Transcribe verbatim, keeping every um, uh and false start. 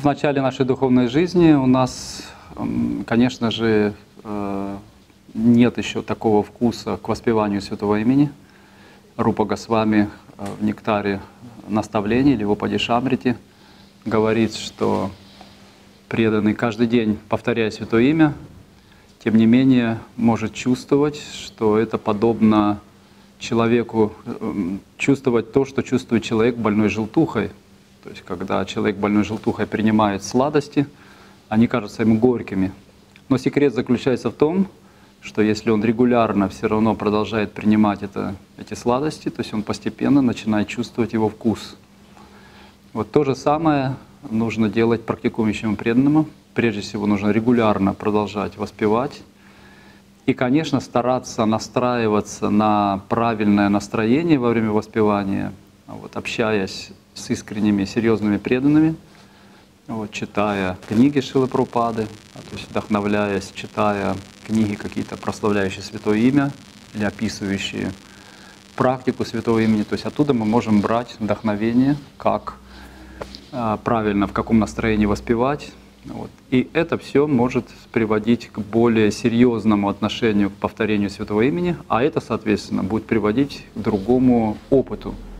В начале нашей духовной жизни у нас, конечно же, нет еще такого вкуса к воспеванию святого имени. Рупа Госвами в нектаре наставлений или в Упадишамрите говорит, что преданный каждый день, повторяя святое имя, тем не менее может чувствовать, что это подобно человеку, чувствовать то, что чувствует человек больной желтухой. То есть когда человек больной желтухой принимает сладости, они кажутся ему горькими. Но секрет заключается в том, что если он регулярно все равно продолжает принимать это, эти сладости, то есть он постепенно начинает чувствовать его вкус. Вот то же самое нужно делать практикующему преданному. Прежде всего нужно регулярно продолжать воспевать. И, конечно, стараться настраиваться на правильное настроение во время воспевания, вот, общаясь с искренними, серьезными преданными, вот, читая книги Шрилы Прабхупады, то есть вдохновляясь, читая книги какие-то, прославляющие Святое Имя или описывающие практику Святого Имени. То есть оттуда мы можем брать вдохновение, как а, правильно, в каком настроении воспевать. Вот. И это все может приводить к более серьезному отношению к повторению Святого Имени, а это, соответственно, будет приводить к другому опыту